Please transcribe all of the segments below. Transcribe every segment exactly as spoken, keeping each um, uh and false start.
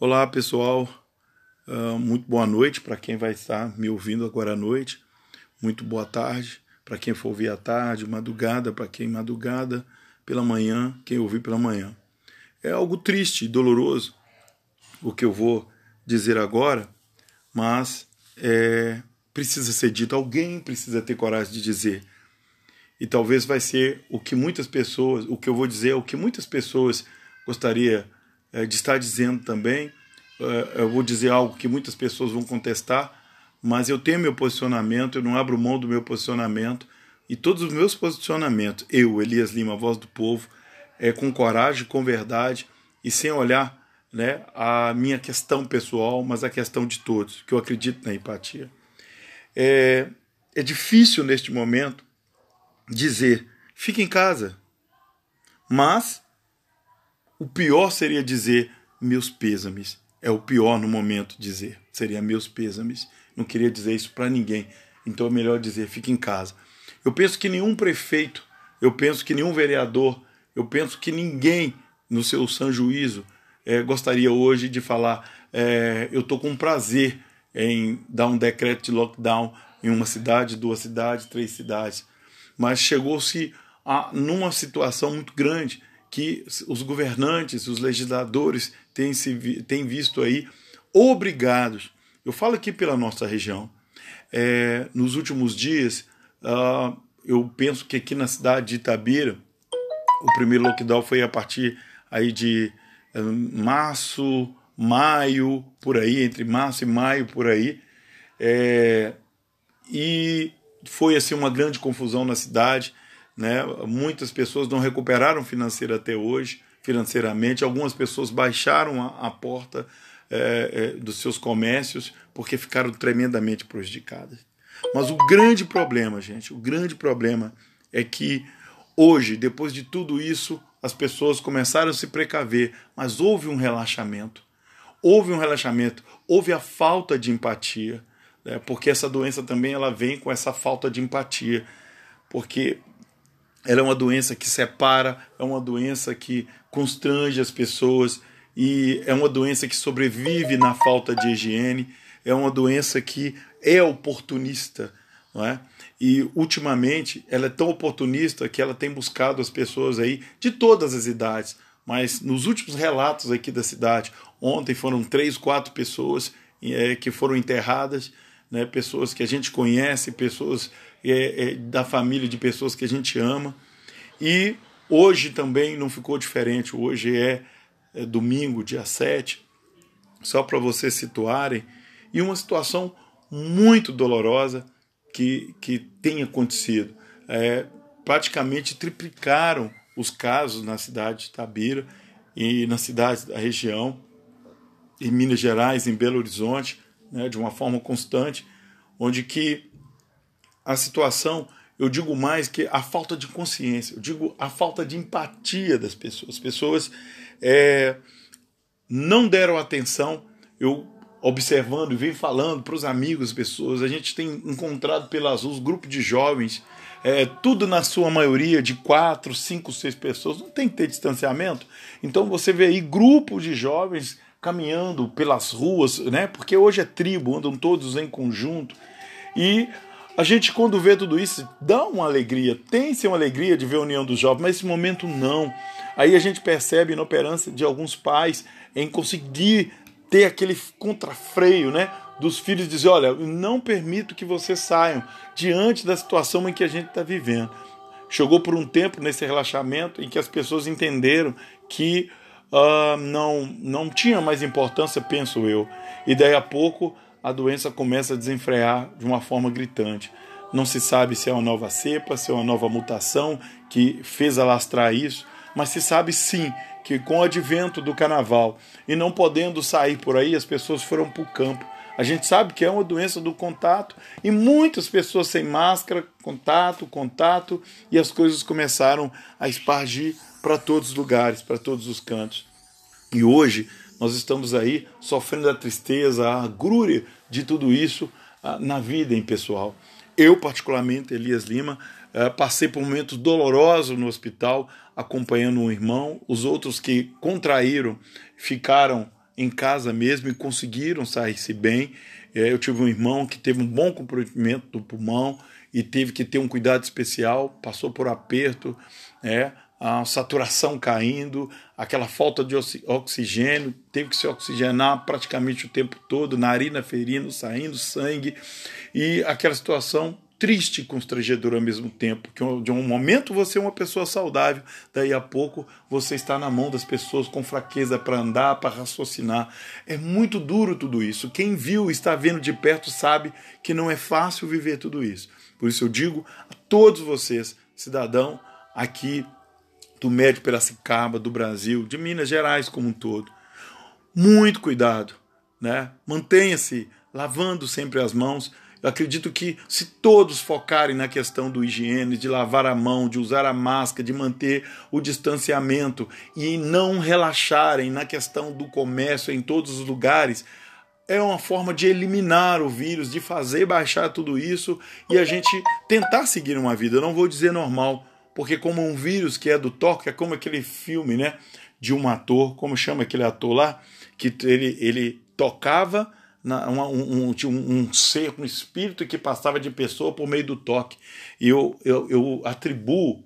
Olá pessoal, uh, muito boa noite para quem vai estar me ouvindo agora à noite, muito boa tarde para quem for ouvir à tarde, madrugada para quem madrugada, pela manhã, quem ouvir pela manhã. É algo triste e doloroso o que eu vou dizer agora, mas é, precisa ser dito, alguém precisa ter coragem de dizer. E talvez vai ser o que muitas pessoas, o que eu vou dizer é o que muitas pessoas gostariam de estar dizendo também. Eu vou dizer algo que muitas pessoas vão contestar, mas eu tenho meu posicionamento, eu não abro mão do meu posicionamento, e todos os meus posicionamentos, eu, Elias Lima, voz do povo, é com coragem, com verdade, e sem olhar, né, a minha questão pessoal, mas a questão de todos, que eu acredito na empatia. É, é difícil neste momento dizer, fique em casa, mas o pior seria dizer meus pêsames. É o pior no momento dizer, seria meus pêsames. Não queria dizer isso para ninguém, então é melhor dizer fique em casa. Eu penso que nenhum prefeito, eu penso que nenhum vereador, eu penso que ninguém no seu sã juízo é, gostaria hoje de falar é, eu estou com prazer em dar um decreto de lockdown em uma cidade, duas cidades, três cidades. Mas chegou-se a numa situação muito grande que os governantes, os legisladores têm, se, têm visto aí obrigados. Eu falo aqui pela nossa região. É, nos últimos dias, uh, eu penso que aqui na cidade de Itabira, o primeiro lockdown foi a partir aí de uh, março, maio, por aí, entre março e maio, por aí. É, e foi assim uma grande confusão na cidade, né? Muitas pessoas não recuperaram financeira até hoje, financeiramente, algumas pessoas baixaram a, a porta é, é, dos seus comércios porque ficaram tremendamente prejudicadas. Mas o grande problema, gente, o grande problema é que hoje, depois de tudo isso, as pessoas começaram a se precaver, mas houve um relaxamento, houve um relaxamento, houve a falta de empatia, né? Porque essa doença também ela vem com essa falta de empatia, porque ela é uma doença que separa, é uma doença que constrange as pessoas e é uma doença que sobrevive na falta de higiene, é uma doença que é oportunista, não é? E ultimamente ela é tão oportunista que ela tem buscado as pessoas aí de todas as idades, mas nos últimos relatos aqui da cidade, ontem foram três, quatro pessoas é, que foram enterradas, né? Pessoas que a gente conhece, pessoas é, é, da família de pessoas que a gente ama. E hoje também não ficou diferente. Hoje é, é domingo, dia sete, só para vocês situarem, e uma situação muito dolorosa que, que tem acontecido. É, praticamente triplicaram os casos na cidade de Itabira e nas cidades da região, em Minas Gerais, em Belo Horizonte, né, de uma forma constante, onde que a situação, eu digo mais que a falta de consciência, eu digo a falta de empatia das pessoas. As pessoas é, não deram atenção, eu observando e venho falando para os amigos, pessoas, a gente tem encontrado pelas ruas grupos de jovens, é, tudo na sua maioria de quatro, cinco, seis pessoas, não tem que ter distanciamento. Então você vê aí grupos de jovens caminhando pelas ruas, né? Porque hoje é tribo, andam todos em conjunto. E a gente, quando vê tudo isso, dá uma alegria, tem-se uma alegria de ver a união dos jovens, mas nesse momento não. Aí a gente percebe a inoperância de alguns pais em conseguir ter aquele contrafreio, né? Dos filhos dizer, olha, eu não permito que vocês saiam diante da situação em que a gente está vivendo. Chegou por um tempo nesse relaxamento em que as pessoas entenderam que Uh, não, não tinha mais importância, penso eu. E daí a pouco a doença começa a desenfrear de uma forma gritante. Não se sabe se é uma nova cepa, se é uma nova mutação que fez alastrar isso, mas se sabe sim que com o advento do carnaval e não podendo sair por aí, as pessoas foram para o campo. A gente sabe que é uma doença do contato e muitas pessoas sem máscara, contato, contato, e as coisas começaram a espargir para todos os lugares, para todos os cantos. E hoje nós estamos aí sofrendo a tristeza, a agrúria de tudo isso na vida, hein, pessoal. Eu, particularmente, Elias Lima, passei por momentos dolorosos no hospital, acompanhando um irmão. Os outros que contraíram ficaram em casa mesmo e conseguiram sair-se bem. Eu tive um irmão que teve um bom comprometimento do pulmão e teve que ter um cuidado especial, passou por aperto, né? A saturação caindo, aquela falta de oxigênio, teve que se oxigenar praticamente o tempo todo, narina ferindo, saindo sangue, e aquela situação triste e constrangedora ao mesmo tempo, que de um momento você é uma pessoa saudável, daí a pouco você está na mão das pessoas com fraqueza para andar, para raciocinar. É muito duro tudo isso. Quem viu e está vendo de perto sabe que não é fácil viver tudo isso. Por isso eu digo a todos vocês, cidadão aqui do Médio Piracicaba, do Brasil, de Minas Gerais como um todo, muito cuidado, né? Mantenha-se lavando sempre as mãos. Eu acredito que se todos focarem na questão do higiene, de lavar a mão, de usar a máscara, de manter o distanciamento e não relaxarem na questão do comércio em todos os lugares, é uma forma de eliminar o vírus, de fazer baixar tudo isso e a gente tentar seguir uma vida. Eu não vou dizer normal, porque como um vírus que é do toque, é como aquele filme, né, de um ator, como chama aquele ator lá, que ele, ele tocava na, uma, um, um, um, um ser, um espírito que passava de pessoa por meio do toque. E eu, eu, eu atribuo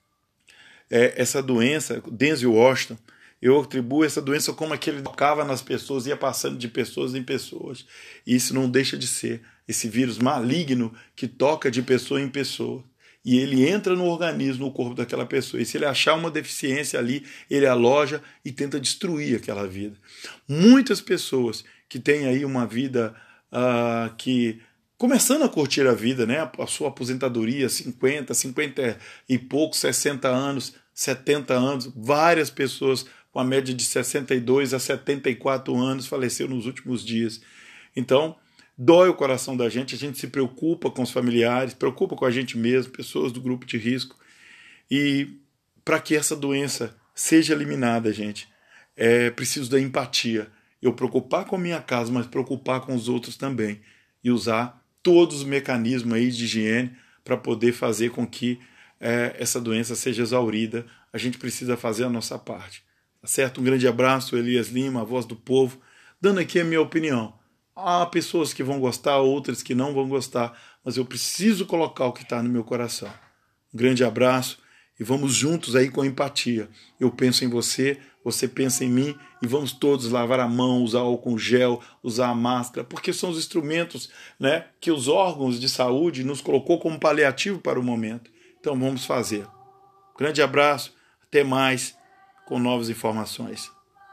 é, essa doença, Denzel Washington, eu atribuo essa doença como aquele que tocava nas pessoas, ia passando de pessoas em pessoas. E isso não deixa de ser esse vírus maligno que toca de pessoa em pessoa. E ele entra no organismo, no corpo daquela pessoa. E se ele achar uma deficiência ali, ele aloja e tenta destruir aquela vida. Muitas pessoas que têm aí uma vida uh, que... começando a curtir a vida, né? A sua aposentadoria, cinquenta, cinquenta e poucos, sessenta anos, setenta anos. Várias pessoas com a média de sessenta e dois a setenta e quatro anos faleceram nos últimos dias. Então, dói o coração da gente, a gente se preocupa com os familiares, preocupa com a gente mesmo, pessoas do grupo de risco. E para que essa doença seja eliminada, gente, é preciso da empatia. Eu preocupar com a minha casa, mas preocupar com os outros também. E usar todos os mecanismos aí de higiene para poder fazer com que é, essa doença seja exaurida. A gente precisa fazer a nossa parte. Tá certo? Um grande abraço, Elias Lima, a voz do povo, dando aqui a minha opinião. Há pessoas que vão gostar, outras que não vão gostar, mas eu preciso colocar o que está no meu coração. Um grande abraço e vamos juntos aí com empatia. Eu penso em você, você pensa em mim e vamos todos lavar a mão, usar álcool gel, usar a máscara, porque são os instrumentos, né, que os órgãos de saúde nos colocou como paliativo para o momento. Então vamos fazer. Grande abraço, até mais com novas informações.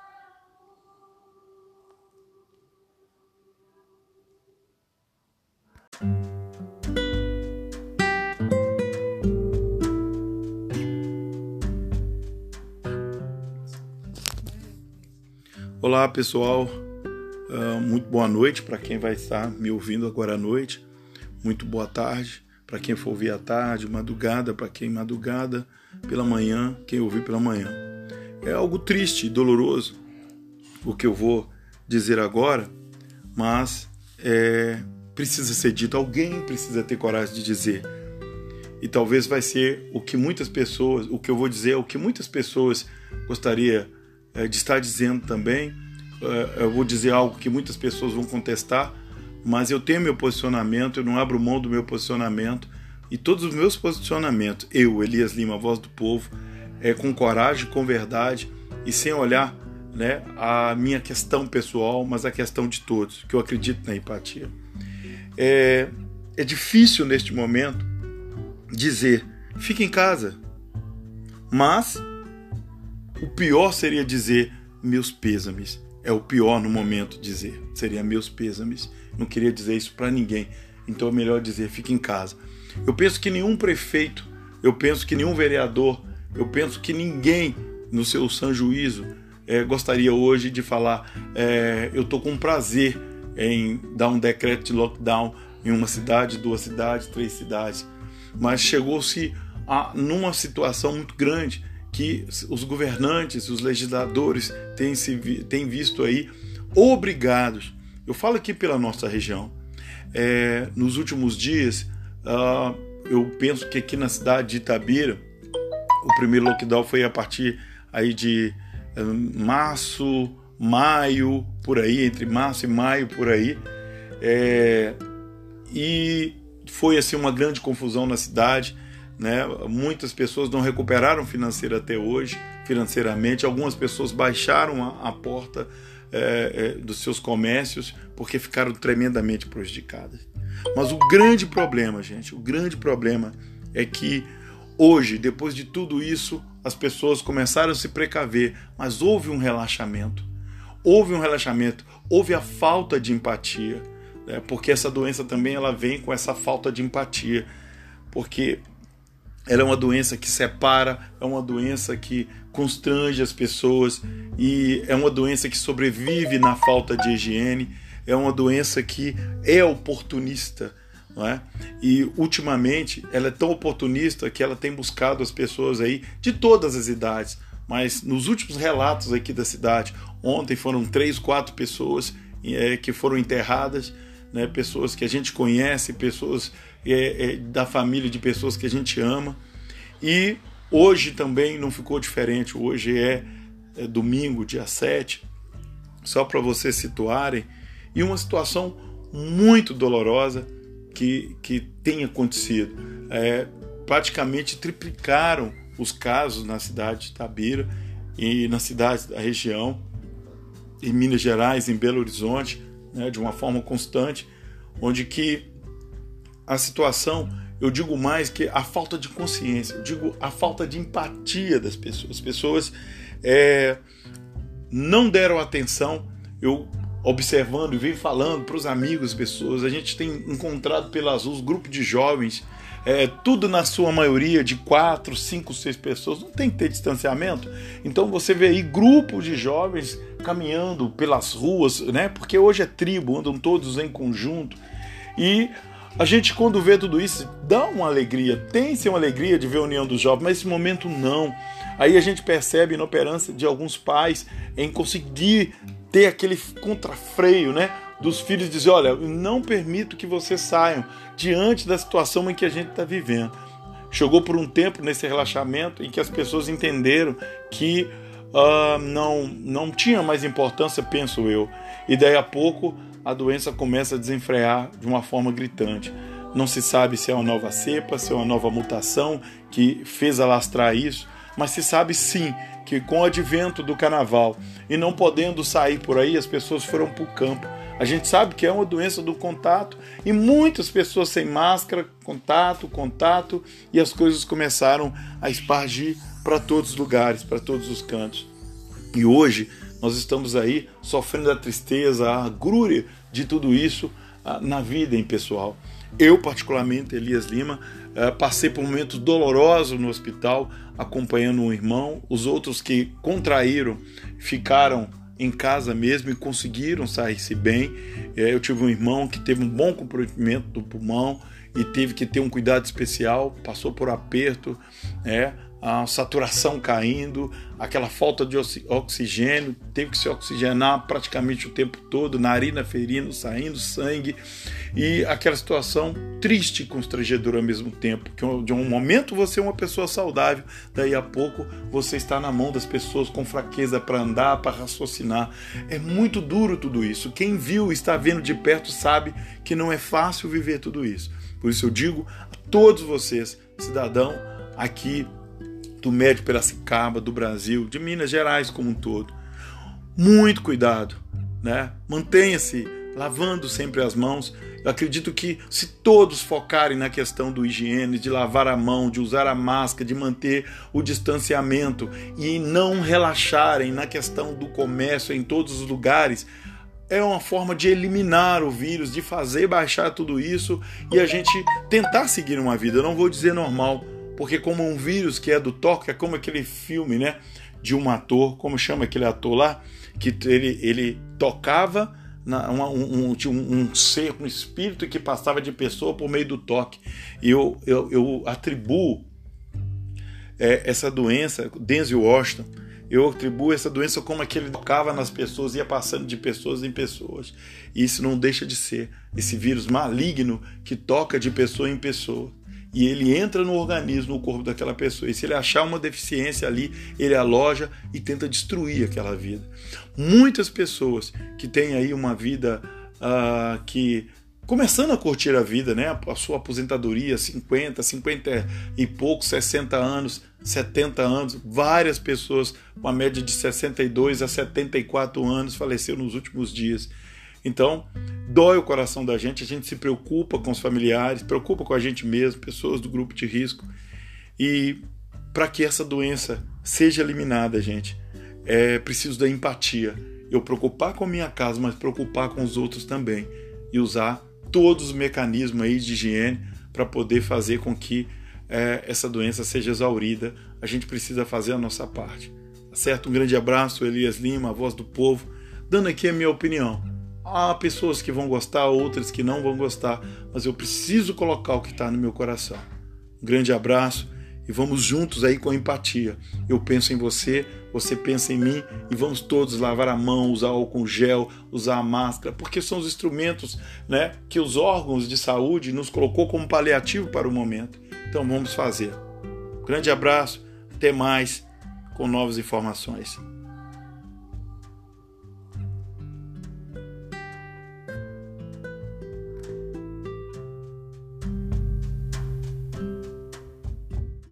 Olá pessoal, uh, muito boa noite para quem vai estar me ouvindo agora à noite, muito boa tarde para quem for ouvir à tarde, madrugada para quem madrugada, pela manhã, quem ouvir pela manhã. É algo triste e doloroso o que eu vou dizer agora, mas é, precisa ser dito, alguém precisa ter coragem de dizer. E talvez vai ser o que muitas pessoas, o que eu vou dizer é o que muitas pessoas gostariam de estar dizendo também. Eu vou dizer algo que muitas pessoas vão contestar, mas eu tenho meu posicionamento, eu não abro mão do meu posicionamento, e todos os meus posicionamentos, eu, Elias Lima, a voz do povo, é com coragem, com verdade e sem olhar, né, a minha questão pessoal, mas a questão de todos, que eu acredito na empatia. É, é difícil neste momento dizer, fique em casa, mas o pior seria dizer meus pêsames. É o pior no momento dizer. Seria meus pêsames. Não queria dizer isso para ninguém. Então é melhor dizer fique em casa. Eu penso que nenhum prefeito, eu penso que nenhum vereador, eu penso que ninguém no seu sã juízo é, gostaria hoje de falar é, eu estou com prazer em dar um decreto de lockdown em uma cidade, duas cidades, três cidades. Mas chegou-se a numa situação muito grande que os governantes, os legisladores têm, se, têm visto aí obrigados. Eu falo aqui pela nossa região. É, nos últimos dias, uh, eu penso que aqui na cidade de Itabira, o primeiro lockdown foi a partir aí de uh, março, maio, por aí, entre março e maio, por aí. É, e foi assim uma grande confusão na cidade, né? Muitas pessoas não recuperaram financeira até hoje, financeiramente. Algumas pessoas baixaram a, a porta é, é, dos seus comércios porque ficaram tremendamente prejudicadas. Mas o grande problema, gente, o grande problema é que hoje, depois de tudo isso, as pessoas começaram a se precaver, mas houve um relaxamento. Houve um relaxamento, houve a falta de empatia, né? Porque essa doença também ela vem com essa falta de empatia, porque ela é uma doença que separa, é uma doença que constrange as pessoas e é uma doença que sobrevive na falta de higiene, é uma doença que é oportunista, não é? E ultimamente ela é tão oportunista que ela tem buscado as pessoas aí de todas as idades, mas nos últimos relatos aqui da cidade, ontem foram três, quatro pessoas é, que foram enterradas, né? Pessoas que a gente conhece, pessoas é, é, da família de pessoas que a gente ama. E hoje também não ficou diferente. Hoje é, é domingo, dia sete, só para vocês situarem, e uma situação muito dolorosa que, que tem acontecido. É, praticamente triplicaram os casos na cidade de Itabira e nas cidades da região, em Minas Gerais, em Belo Horizonte, né, de uma forma constante, onde que a situação, eu digo mais que a falta de consciência, eu digo a falta de empatia das pessoas. As pessoas é, não deram atenção. Eu observando e venho falando para os amigos, pessoas, a gente tem encontrado pelas ruas grupo de jovens, é, tudo na sua maioria de quatro, cinco, seis pessoas, não tem que ter distanciamento. Então você vê aí grupos de jovens caminhando pelas ruas, né? Porque hoje é tribo, andam todos em conjunto. E a gente, quando vê tudo isso, dá uma alegria, tem-se uma alegria de ver a união dos jovens, mas nesse momento não. Aí a gente percebe a inoperância de alguns pais em conseguir ter aquele contrafreio, né, dos filhos, dizer, olha, eu não permito que vocês saiam diante da situação em que a gente está vivendo. Chegou por um tempo nesse relaxamento em que as pessoas entenderam que uh, não, não tinha mais importância, penso eu, e daí a pouco a doença começa a desenfrear de uma forma gritante. Não se sabe se é uma nova cepa, se é uma nova mutação que fez alastrar isso, mas se sabe sim que com o advento do carnaval e não podendo sair por aí, as pessoas foram para o campo. A gente sabe que é uma doença do contato e muitas pessoas sem máscara, contato, contato, e as coisas começaram a espargir para todos os lugares, para todos os cantos. E hoje nós estamos aí sofrendo a tristeza, a agrúria de tudo isso na vida, hein, pessoal. Eu, particularmente, Elias Lima, passei por momentos dolorosos no hospital, acompanhando um irmão. Os outros que contraíram ficaram em casa mesmo e conseguiram sair-se bem. Eu tive um irmão que teve um bom comprometimento do pulmão e teve que ter um cuidado especial, passou por aperto, né? A saturação caindo, aquela falta de oxigênio, teve que se oxigenar praticamente o tempo todo, narina ferindo, saindo sangue, e aquela situação triste e constrangedora ao mesmo tempo, que de um momento você é uma pessoa saudável, daí a pouco você está na mão das pessoas com fraqueza para andar, para raciocinar. É muito duro tudo isso. Quem viu e está vendo de perto sabe que não é fácil viver tudo isso. Por isso eu digo a todos vocês, cidadão aqui do Médio Piracicaba, do Brasil, de Minas Gerais como um todo, muito cuidado, né? Mantenha-se lavando sempre as mãos. Eu acredito que se todos focarem na questão do higiene, de lavar a mão, de usar a máscara, de manter o distanciamento e não relaxarem na questão do comércio em todos os lugares, é uma forma de eliminar o vírus, de fazer baixar tudo isso e a gente tentar seguir uma vida. Eu não vou dizer normal, porque como um vírus que é do toque, é como aquele filme, né, de um ator, como chama aquele ator lá, que ele, ele tocava na, uma, um, um, um ser, um espírito que passava de pessoa por meio do toque. E eu, eu, eu atribuo é, essa doença, Denzel Washington, eu atribuo essa doença como aquele que tocava nas pessoas, ia passando de pessoas em pessoas. E isso não deixa de ser esse vírus maligno que toca de pessoa em pessoa. e ele entra no organismo, no corpo daquela pessoa. E se ele achar uma deficiência ali, ele aloja e tenta destruir aquela vida. Muitas pessoas que têm aí uma vida uh, que... começando a curtir a vida, né? A sua aposentadoria, cinquenta, cinquenta e poucos, sessenta anos, setenta anos, várias pessoas com a média de sessenta e dois a setenta e quatro anos faleceram nos últimos dias. Então, dói o coração da gente, a gente se preocupa com os familiares, preocupa com a gente mesmo, pessoas do grupo de risco. E para que essa doença seja eliminada, gente, é preciso da empatia. Eu preocupar com a minha casa, mas preocupar com os outros também. E usar todos os mecanismos aí de higiene para poder fazer com que é, essa doença seja exaurida. A gente precisa fazer a nossa parte. Tá certo? Um grande abraço, Elias Lima, a voz do povo, dando aqui a minha opinião. Há pessoas que vão gostar, outras que não vão gostar, mas eu preciso colocar o que está no meu coração. Um grande abraço e vamos juntos aí com empatia. Eu penso em você, você pensa em mim e vamos todos lavar a mão, usar álcool gel, usar a máscara, porque são os instrumentos, né, que os órgãos de saúde nos colocou como paliativo para o momento. Então vamos fazer. Um grande abraço, até mais com novas informações.